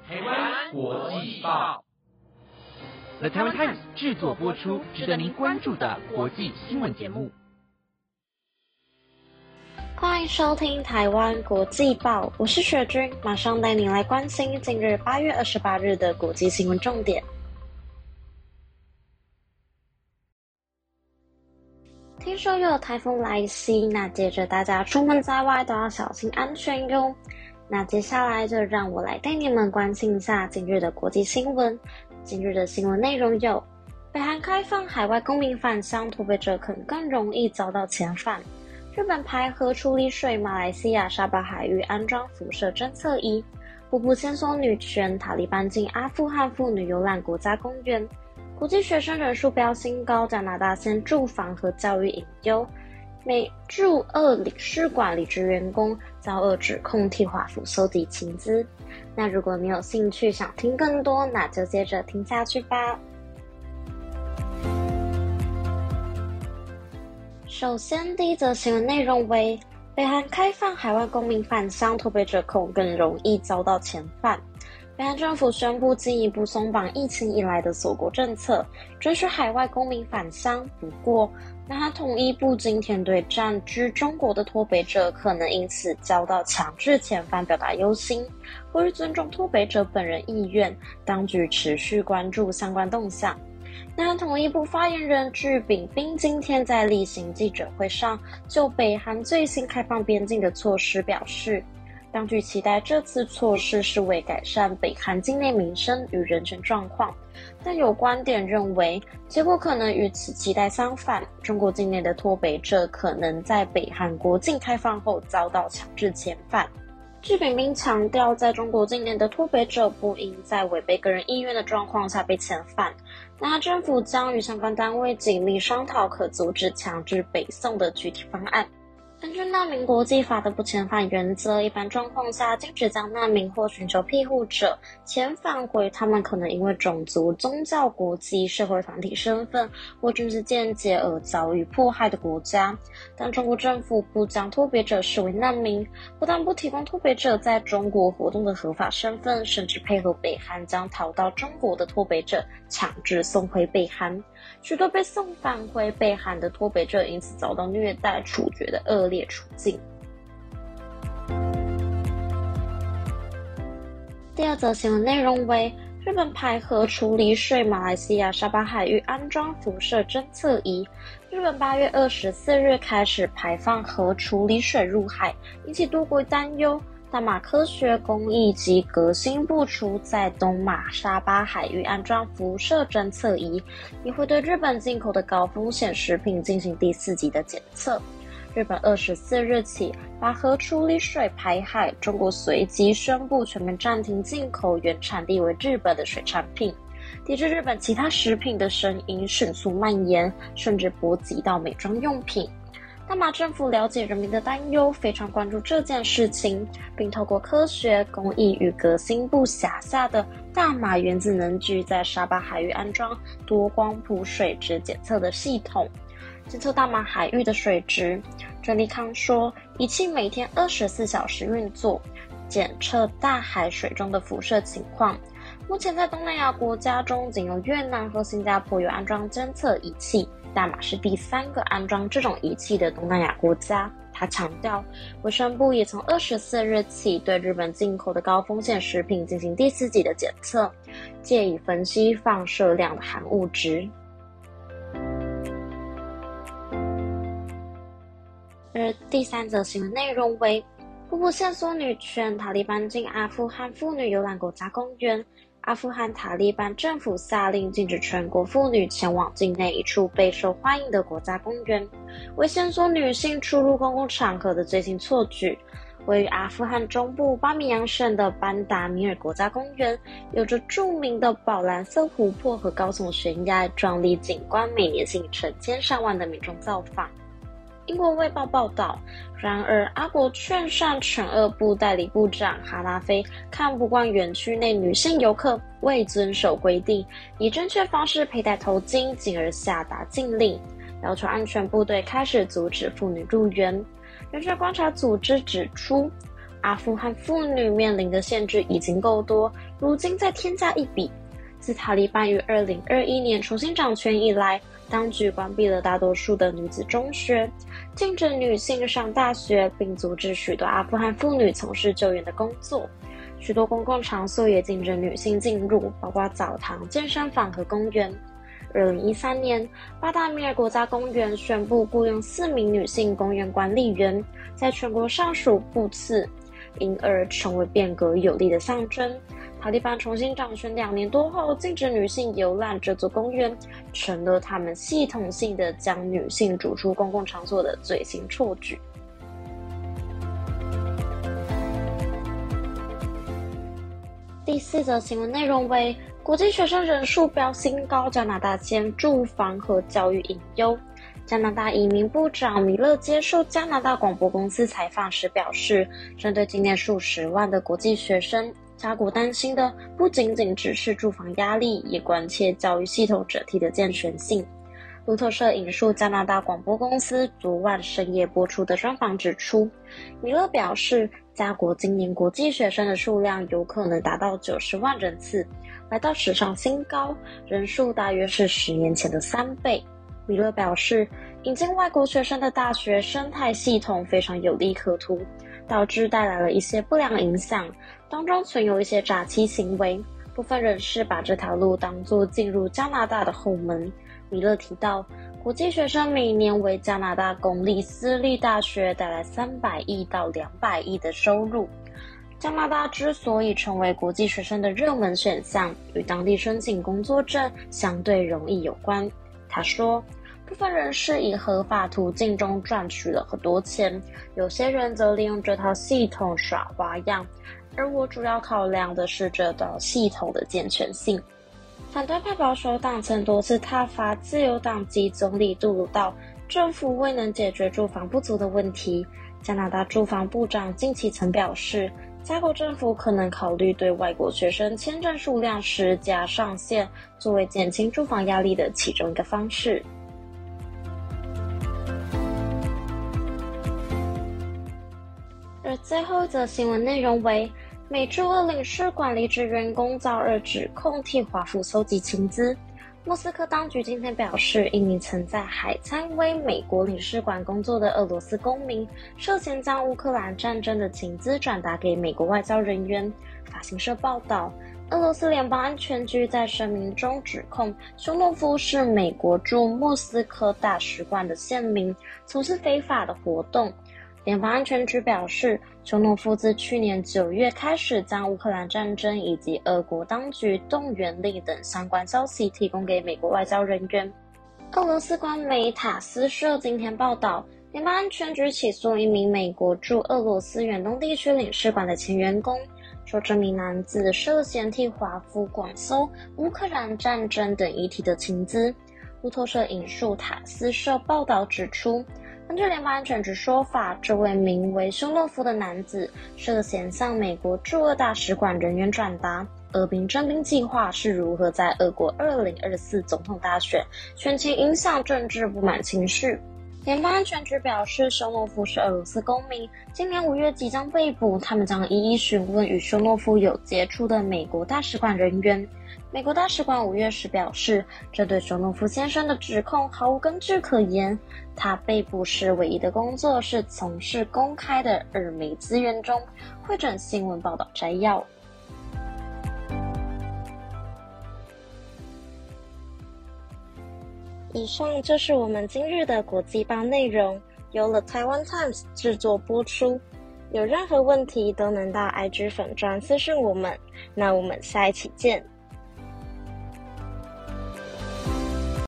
台湾国际报 The Taiwan Times 制作播出，值得您关注的国际新闻节目。 欢迎收听台湾国际报，我是雪君，马上带您来关心今日8月28日的国际新闻重点。听说又有台风来袭，那接着大家出门在外都要小心安全哟。那接下来就让我来带你们关心一下今日的国际新闻。今日的新闻内容有：北韩开放海外公民返乡，脱北者可能更容易遭到遣返；日本排核处理水马来西亚沙巴海域安装辐射侦测仪；瀑布线索女权，塔利班进阿富汗妇女游览国家公园；国际学生人数飙新高，加拿大先住房和教育隐忧；美驻俄领事馆离职员工遭俄指控替华府收集情资。那如果你有兴趣想听更多，那就接着听下去吧。首先，第一则新闻内容为：北韩开放海外公民返乡，脱北者恐更容易遭到遣返。北韩政府宣布进一步松绑疫情以来的锁国政策，准许海外公民返乡。不过，南韩统一部今天对占据中国的脱北者可能因此遭到强制遣返表达忧心，呼吁尊重脱北者本人意愿，当局持续关注相关动向。南韩统一部发言人具炳彬今天在例行记者会上就北韩最新开放边境的措施表示，当局期待这次措施是为改善北韩境内民生与人权状况，但有观点认为，结果可能与此期待相反，中国境内的脱北者可能在北韩国境开放后遭到强制遣返。具炳彬强调，在中国境内的脱北者不应在违背个人意愿的状况下被遣返，那政府将与相关单位紧密商讨可阻止强制北送的具体方案。根据难民国际法的不遣返原则，一般状况下禁止将难民或寻求庇护者遣返回他们可能因为种族、宗教、国籍、社会团体身份或政治见解而遭遇迫害的国家。但中国政府不将脱北者视为难民，不但不提供脱北者在中国活动的合法身份，甚至配合北韩将逃到中国的脱北者强制送回北韩。许多被送返回北韩的脱北者因此遭到虐待、处决的恶劣处境。第二则新闻内容为：日本排核处理水马来西亚沙巴海域安装辐射侦测仪。日本8月24日开始排放核处理水入海，引起多国担忧。大马科学工艺及革新部署在东马沙巴海域安装辐射侦测仪，也会对日本进口的高风险食品进行第4级的检测。日本24日起把核处理水排海，中国随即宣布全面暂停进口原产地为日本的水产品。抵制日本其他食品的声音迅速蔓延，甚至波及到美妆用品。大马政府了解人民的担忧，非常关注这件事情，并透过科学、工艺与革新部辖下的大马原子能局在沙巴海域安装多光谱水质检测的系统，检测大马海域的水质。郑立康说，仪器每天24小时运作，检测大海水中的辐射情况。目前在东南亚国家中，仅有越南和新加坡有安装监测仪器，大马是第3个安装这种仪器的东南亚国家。他强调，卫生部也从24日起对日本进口的高风险食品进行第4级的检测，借以分析放射量的含物质。而第3则新闻内容为：瀑布线索女权，塔利班进阿富汗妇女游览国家公园。阿富汗塔利班政府下令禁止全国妇女前往境内一处备受欢迎的国家公园，为线索女性出入公共场合的最新措举。位于阿富汗中部巴米扬省的班达米尔国家公园，有着著名的宝蓝色湖泊和高耸悬崖壮丽景观，每年吸引成千上万的民众造访。英国卫报报道，然而阿国劝善惩恶部代理部长哈拉菲看不惯园区内女性游客未遵守规定，以正确方式佩戴头巾，进而下达禁令，要求安全部队开始阻止妇女入园。人权观察组织指出， 阿富汗妇女面临的限制已经够多，如今再添加一笔。自塔利班于2021年重新掌权以来，当局关闭了大多数的女子中学，禁止女性上大学，并阻止许多阿富汗妇女从事救援的工作。许多公共场所也禁止女性进入，包括澡堂、健身房和公园。2013年，巴达米尔国家公园宣布雇佣4名女性公园管理员，在全国上数部次，因而成为变革有力的象征。塔利班重新掌权2年多后，禁止女性游览这座公园，成了他们系统性的将女性逐出公共场所的最新措举。第4则新闻内容为国际学生人数飙新高，加拿大陷住房和教育隐忧。加拿大移民部长米勒接受加拿大广播公司采访时表示，针对今年数十万的国际学生，加国担心的不仅仅只是住房压力，也关切教育系统整体的健全性。路透社引述加拿大广播公司昨晚深夜播出的专访指出，米勒表示，加国今年国际学生的数量有可能达到90万人次，来到史上新高，人数大约是10年前的3倍。米勒表示，引进外国学生的大学生态系统非常有利可图，导致带来了一些不良影响，当中存有一些诈欺行为，部分人士把这条路当作进入加拿大的后门。米勒提到，国际学生每年为加拿大公立私立大学带来300亿到200亿的收入。加拿大之所以成为国际学生的热门选项，与当地申请工作证相对容易有关。他说，部分人士以合法途径中赚取了很多钱，有些人则利用这套系统耍花样，而我主要考量的是这套系统的健全性。反对派保守党曾多次挞伐自由党籍总理杜鲁道政府未能解决住房不足的问题。加拿大住房部长近期曾表示，加国政府可能考虑对外国学生签证数量施加上限，作为减轻住房压力的其中一个方式。而最后一则新闻内容为，美驻俄领事馆离职员工遭2指控替华府搜集情资。莫斯科当局今天表示，一名曾在海参崴美国领事馆工作的俄罗斯公民涉嫌将乌克兰战争的情资转达给美国外交人员。法新社报道，俄罗斯联邦安全局在声明中指控修诺夫是美国驻莫斯科大使馆的县民，从事非法的活动。联邦安全局表示，修诺夫自去年9月开始将乌克兰战争以及俄国当局动员令等相关消息提供给美国外交人员。俄罗斯官媒塔斯社今天报道，联邦安全局起诉一名美国驻俄罗斯远东地区领事馆的前员工，说这名男子涉嫌替华府广搜乌克兰战争等议题的情资。路透社引述塔斯社报道指出，根据联邦安全局说法，这位名为修诺夫的男子涉嫌向美国驻俄大使馆人员转达俄兵征兵计划是如何在俄国2024总统大选选前影响政治不满情绪。联邦安全局表示，修诺夫是俄罗斯公民，今年5月即将被捕，他们将一一询问与修诺夫有接触的美国大使馆人员。美国大使馆5月时表示，这对修诺夫先生的指控毫无根据可言。他被捕时唯一的工作是从事公开的耳媒资源中汇整新闻报道摘要。以上就是我们今日的国际报内容，由了台湾 Times 制作播出。有任何问题都能到 IG 粉专私讯我们，那我们下一期见。